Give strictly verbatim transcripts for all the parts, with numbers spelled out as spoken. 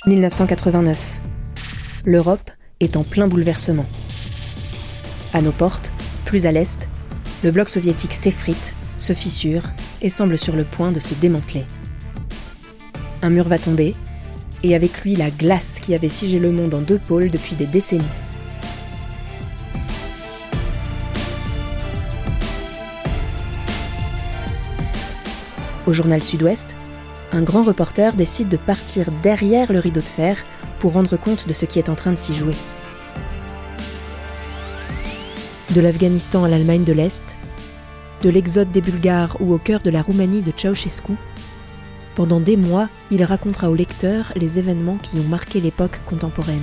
dix-neuf cent quatre-vingt-neuf. L'Europe est en plein bouleversement. À nos portes, plus à l'est, le bloc soviétique s'effrite, se fissure et semble sur le point de se démanteler. Un mur va tomber, et avec lui la glace qui avait figé le monde en deux pôles depuis des décennies. Au journal Sud-Ouest, un grand reporter décide de partir derrière le rideau de fer pour rendre compte de ce qui est en train de s'y jouer. De l'Afghanistan à l'Allemagne de l'Est, de l'exode des Bulgares ou au cœur de la Roumanie de Ceausescu, pendant des mois, il racontera aux lecteurs les événements qui ont marqué l'époque contemporaine.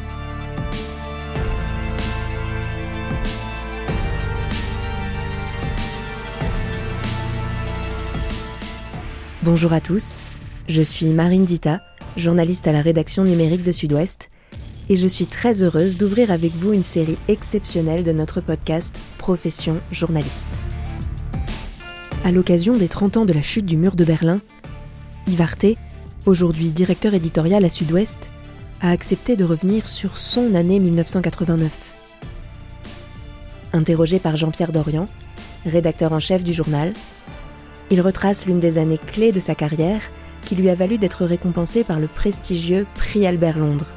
Bonjour à tous, je suis Marine Dita, journaliste à la rédaction numérique de Sud-Ouest, et je suis très heureuse d'ouvrir avec vous une série exceptionnelle de notre podcast Profession journaliste. À l'occasion des trente ans de la chute du mur de Berlin, Yves Arté, aujourd'hui directeur éditorial à Sud-Ouest, a accepté de revenir sur son année dix-neuf cent quatre-vingt-neuf. Interrogé par Jean-Pierre Dorian, rédacteur en chef du journal, il retrace l'une des années clés de sa carrière qui lui a valu d'être récompensé par le prestigieux Prix Albert Londres.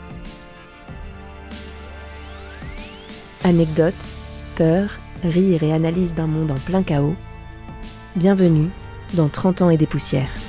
Anecdotes, peurs, rires et analyses d'un monde en plein chaos. Bienvenue dans trente ans et des poussières.